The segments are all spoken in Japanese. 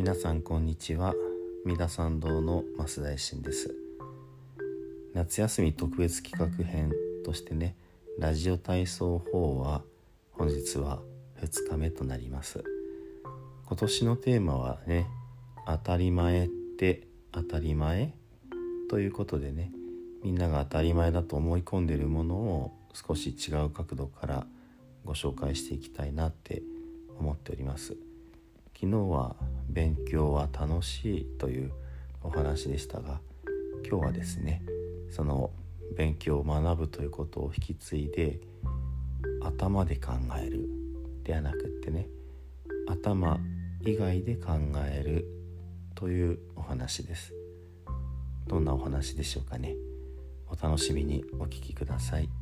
皆さんこんにちは。三田参道の増大臣です。夏休み特別企画編としてね、ラジオ体操4は本日は2日目となります。今年のテーマはね、当たり前って当たり前ということでね、みんなが当たり前だと思い込んでいるものを少し違う角度からご紹介していきたいなって思っております。昨日は勉強は楽しいというお話でしたが、今日はですね、その勉強を学ぶということを引き継いで、頭で考えるではなくってね、頭以外で考えるというお話です。どんなお話でしょうかね。お楽しみにお聞きください。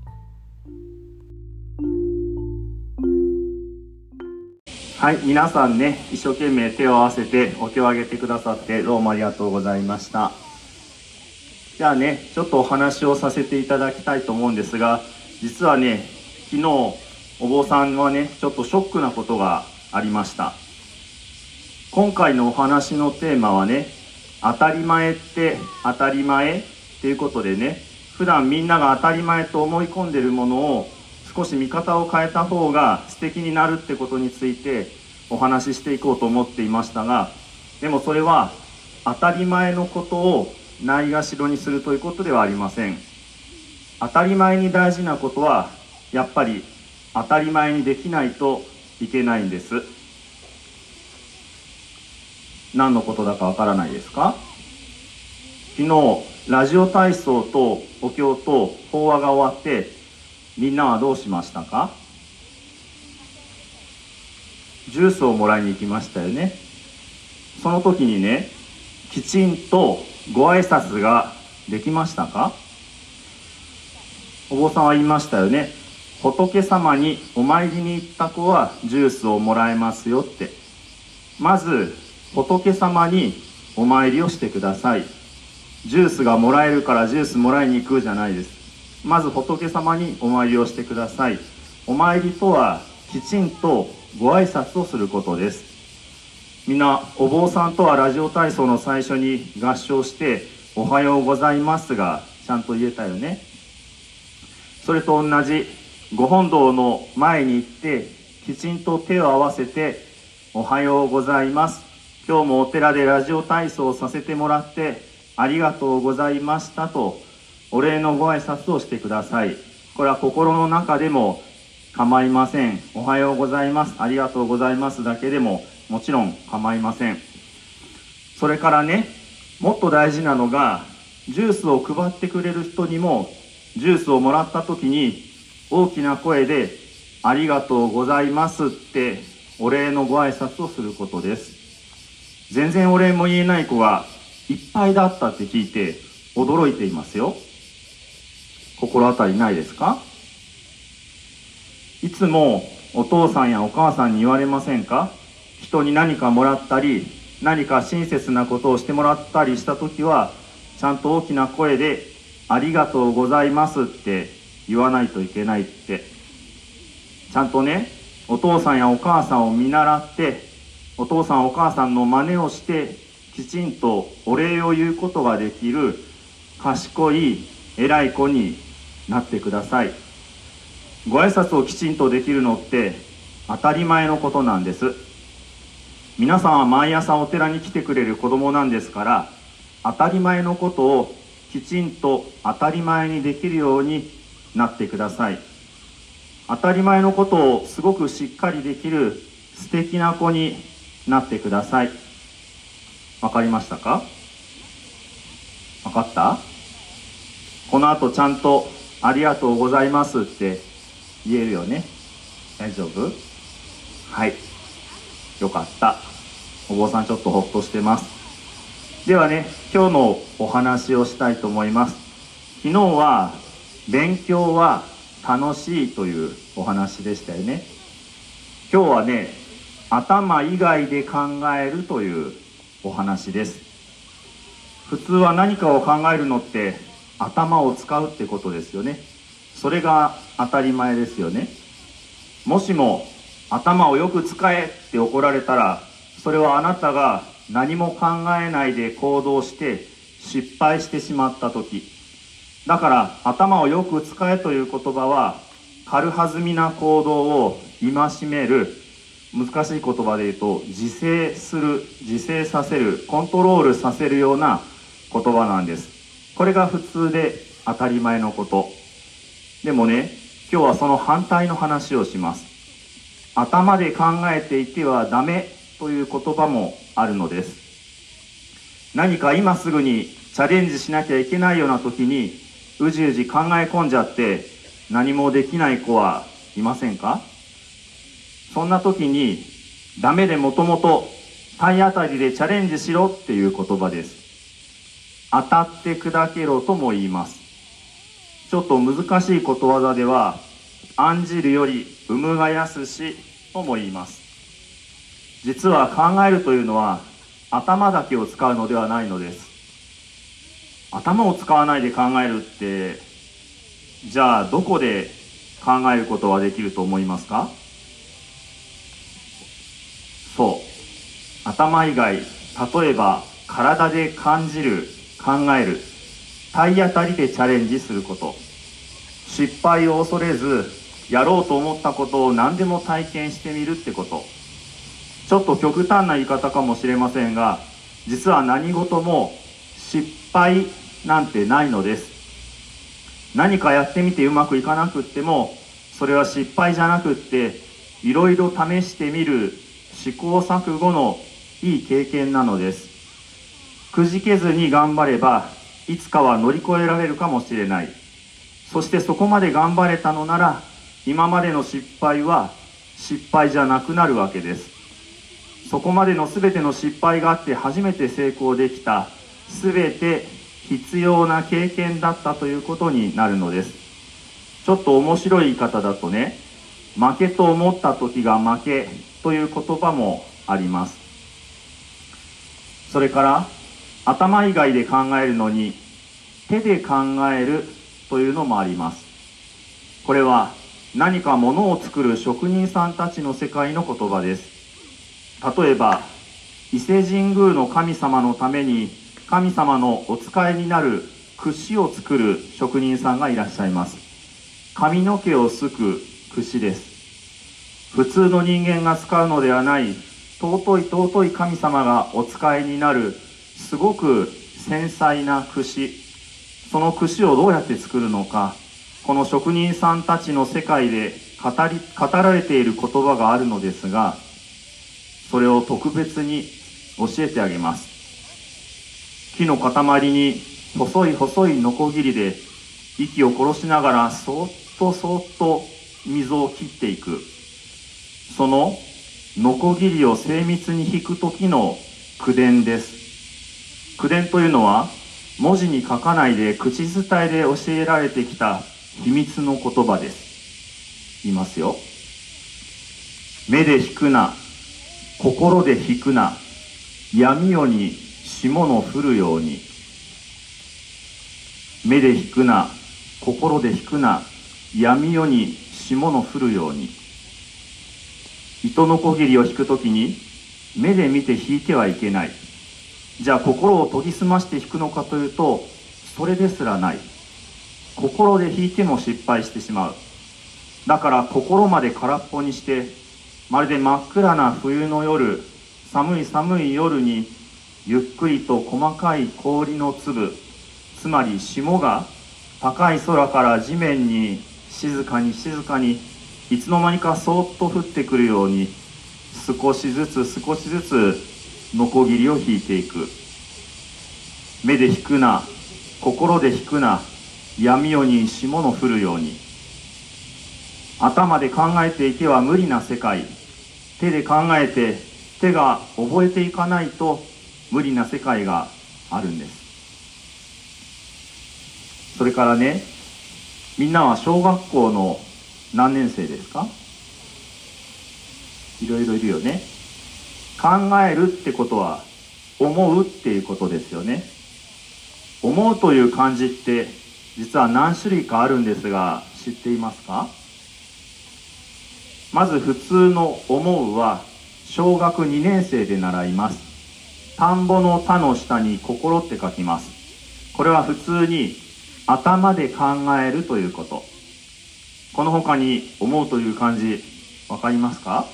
はい、皆さんね、一生懸命手を合わせてお経をあげてくださってどうもありがとうございました。じゃあね、ちょっとお話をさせていただきたいと思うんですが、実はね、昨日お坊さんはね、ちょっとショックなことがありました。今回のお話のテーマはね、当たり前って当たり前っていうことでね、普段みんなが当たり前と思い込んでいるものを少し見方を変えた方が素敵になるってことについてお話ししていこうと思っていましたが、でもそれは当たり前のことをないがしろにするということではありません。当たり前に大事なことはやっぱり当たり前にできないといけないんです。何のことだかわからないですか？昨日ラジオ体操とお経と法話が終わって、みんなはどうしましたか？ジュースをもらいに行きましたよね。その時にね、きちんとご挨拶ができましたか？お坊さんは言いましたよね。仏様にお参りに行った子はジュースをもらえますよって。まず仏様にお参りをしてください。ジュースがもらえるからジュースもらいに行くじゃないです。まず仏様にお参りをしてください。お参りとはきちんとご挨拶をすることです。みんなお坊さんとはラジオ体操の最初に合唱しておはようございますがちゃんと言えたよね。それと同じご本堂の前に行ってきちんと手を合わせておはようございます、今日もお寺でラジオ体操をさせてもらってありがとうございましたとお礼のご挨拶をしてください。これは心の中でも構いません。おはようございます、ありがとうございますだけでももちろん構いません。それからね、もっと大事なのが、ジュースを配ってくれる人にもジュースをもらった時に大きな声でありがとうございますってお礼のご挨拶をすることです。全然お礼も言えない子がいっぱいだったって聞いて驚いていますよ。心当たりないですか？いつもお父さんやお母さんに言われませんか？人に何かもらったり何か親切なことをしてもらったりした時はちゃんと大きな声でありがとうございますって言わないといけないって。ちゃんとね、お父さんやお母さんを見習ってお父さんお母さんの真似をしてきちんとお礼を言うことができる賢い偉い子になってください。ご挨拶をきちんとできるのって当たり前のことなんです。皆さんは毎朝お寺に来てくれる子供なんですから、当たり前のことをきちんと当たり前にできるようになってください。当たり前のことをすごくしっかりできる素敵な子になってください。わかりましたか？わかった？この後ちゃんとありがとうございますって言えるよね。大丈夫？はい。よかった。お坊さんちょっとほっとしてます。ではね、今日のお話をしたいと思います。昨日は勉強は楽しいというお話でしたよね。今日はね、頭以外で考えるというお話です。普通は何かを考えるのって頭を使うってことですよね。それが当たり前ですよね。もしも頭をよく使えって怒られたら、それはあなたが何も考えないで行動して失敗してしまった時。だから頭をよく使えという言葉は、軽はずみな行動を戒める、難しい言葉で言うと自制する、自制させる、コントロールさせるような言葉なんです。これが普通で当たり前のこと。でもね、今日はその反対の話をします。頭で考えていてはダメという言葉もあるのです。何か今すぐにチャレンジしなきゃいけないような時にうじうじ考え込んじゃって何もできない子はいませんか？そんな時にダメでもともと体当たりでチャレンジしろっていう言葉です。当たって砕けろとも言います。ちょっと難しいことわざでは、案じるより産むがやすしとも言います。実は考えるというのは頭だけを使うのではないのです。頭を使わないで考えるって、じゃあどこで考えることはできると思いますか？そう、頭以外、例えば体で感じる、考える、体当たりでチャレンジすること、失敗を恐れずやろうと思ったことを何でも体験してみるってこと。ちょっと極端な言い方かもしれませんが、実は何事も失敗なんてないのです。何かやってみてうまくいかなくっても、それは失敗じゃなくって、いろいろ試してみる試行錯誤のいい経験なのです。くじけずに頑張れば、いつかは乗り越えられるかもしれない。そしてそこまで頑張れたのなら、今までの失敗は失敗じゃなくなるわけです。そこまでの全ての失敗があって初めて成功できた、全て必要な経験だったということになるのです。ちょっと面白い言い方だとね、負けと思った時が負けという言葉もあります。それから頭以外で考えるのに手で考えるというのもあります。これは何か物を作る職人さんたちの世界の言葉です。例えば伊勢神宮の神様のために神様のお使いになる櫛を作る職人さんがいらっしゃいます。髪の毛をすく櫛です。普通の人間が使うのではない尊い神様がお使いになるすごく繊細な櫛、その櫛をどうやって作るのか、この職人さんたちの世界で語られている言葉があるのですが、それを特別に教えてあげます。木の塊に細いノコギリで息を殺しながらそーっと溝を切っていく。そのノコギリを精密に引く時の口伝です。口伝というのは文字に書かないで口伝えで教えられてきた秘密の言葉です。言いますよ。目で引くな、心で引くな、闇夜に霜の降るように。目で引くな、心で引くな、闇夜に霜の降るように。糸のこぎりを引くときに目で見て引いてはいけない。じゃあ心を研ぎ澄まして引くのかというと、それですらない。心で引いても失敗してしまう。だから心まで空っぽにして、まるで真っ暗な冬の夜、寒い夜にゆっくりと細かい氷の粒、つまり霜が高い空から地面に静かにいつの間にかそーっと降ってくるように、少しずつノコギリを引いていく。目で引くな、心で引くな、闇夜に霜の降るように。頭で考えていては無理な世界、手で考えて手が覚えていかないと無理な世界があるんです。それからね、みんなは小学校の何年生ですか？いろいろいるよね。考えるってことは思うっていうことですよね。思うという漢字って実は何種類かあるんですが、知っていますか？まず普通の思うは小学2年生で習います。 田んぼの田の下に心って書きます。これは普通に頭で考えるということ。この他に思うという漢字わかりますか？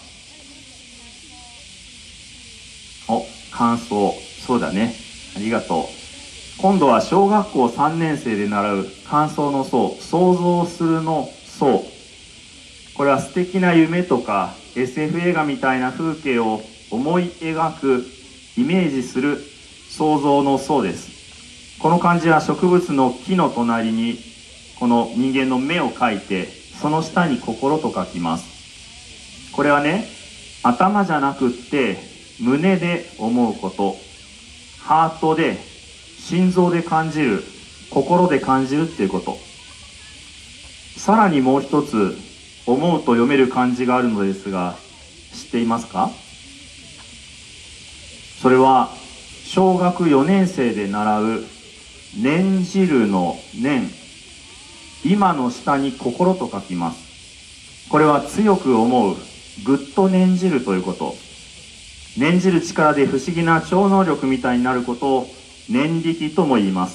感想。そうだね。ありがとう。今度は小学校3年生で習う感想の層、想像するの層。これは素敵な夢とか SF 映画みたいな風景を思い描く、イメージする想像の層です。この漢字は植物の木の隣にこの人間の目を描いて、その下に心と書きます。これはね、頭じゃなくって胸で思うこと、ハートで、心臓で感じる、心で感じるっていうこと。さらにもう一つ思うと読める漢字があるのですが、知っていますか？それは小学4年生で習う念じるの念、今の下に心と書きます。これは強く思う、ぐっと念じるということ。念じる力で不思議な超能力みたいになることを念力とも言います。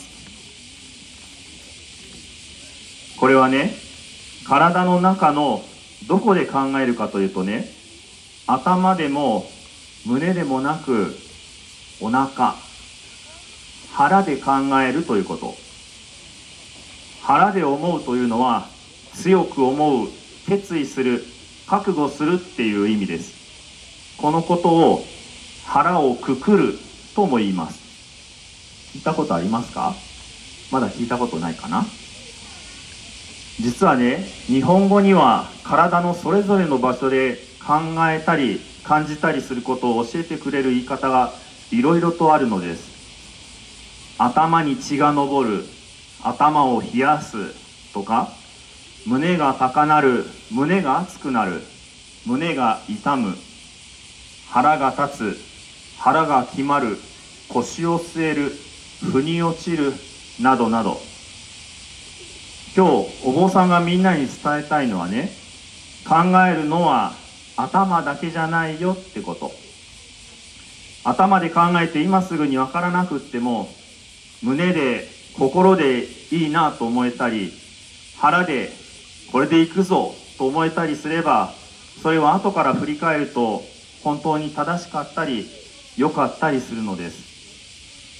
これはね、体の中のどこで考えるかというとね、頭でも胸でもなくお腹、腹で考えるということ。腹で思うというのは強く思う、決意する、覚悟するっていう意味です。このことを腹をくくるとも言います。聞いたことありますか？まだ聞いたことないかな？実はね、日本語には体のそれぞれの場所で考えたり感じたりすることを教えてくれる言い方がいろいろとあるのです。頭に血が上る、頭を冷やすとか、胸が高鳴る、胸が熱くなる、胸が痛む、腹が立つ、腹が決まる、腰を据える、腑に落ちるなどなど。今日お坊さんがみんなに伝えたいのはね、考えるのは頭だけじゃないよってこと。頭で考えて今すぐに分からなくっても、胸で心でいいなと思えたり、腹でこれでいくぞと思えたりすれば、それは後から振り返ると本当に正しかったり良かったりするのです。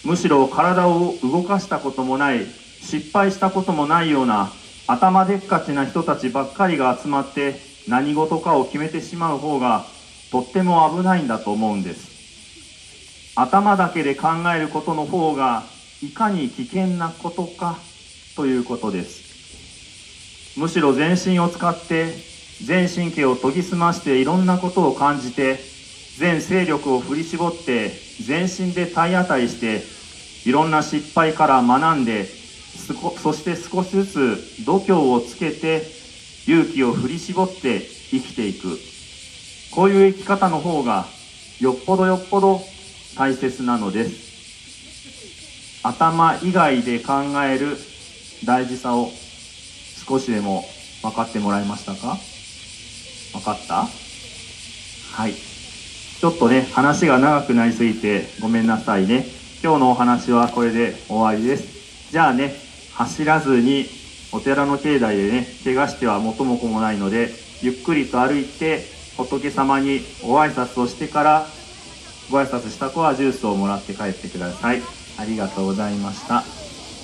むしろ体を動かしたこともない、失敗したこともないような頭でっかちな人たちばっかりが集まって何事かを決めてしまう方がとっても危ないんだと思うんです。頭だけで考えることの方がいかに危険なことかということです。むしろ全身を使って全神経を研ぎ澄ましていろんなことを感じて、全勢力を振り絞って全身で体当たりして、いろんな失敗から学んで、そして少しずつ度胸をつけて勇気を振り絞って生きていく。こういう生き方の方がよっぽど大切なのです。頭以外で考える大事さを少しでも分かってもらえましたか？分かった？はい。ちょっとね、話が長くなりすぎてごめんなさいね。今日のお話はこれで終わりです。じゃあね、走らずにお寺の境内でね、怪我しては元も子もないので、ゆっくりと歩いて仏様にご挨拶をしてから、ご挨拶した子はジュースをもらって帰ってください。ありがとうございました。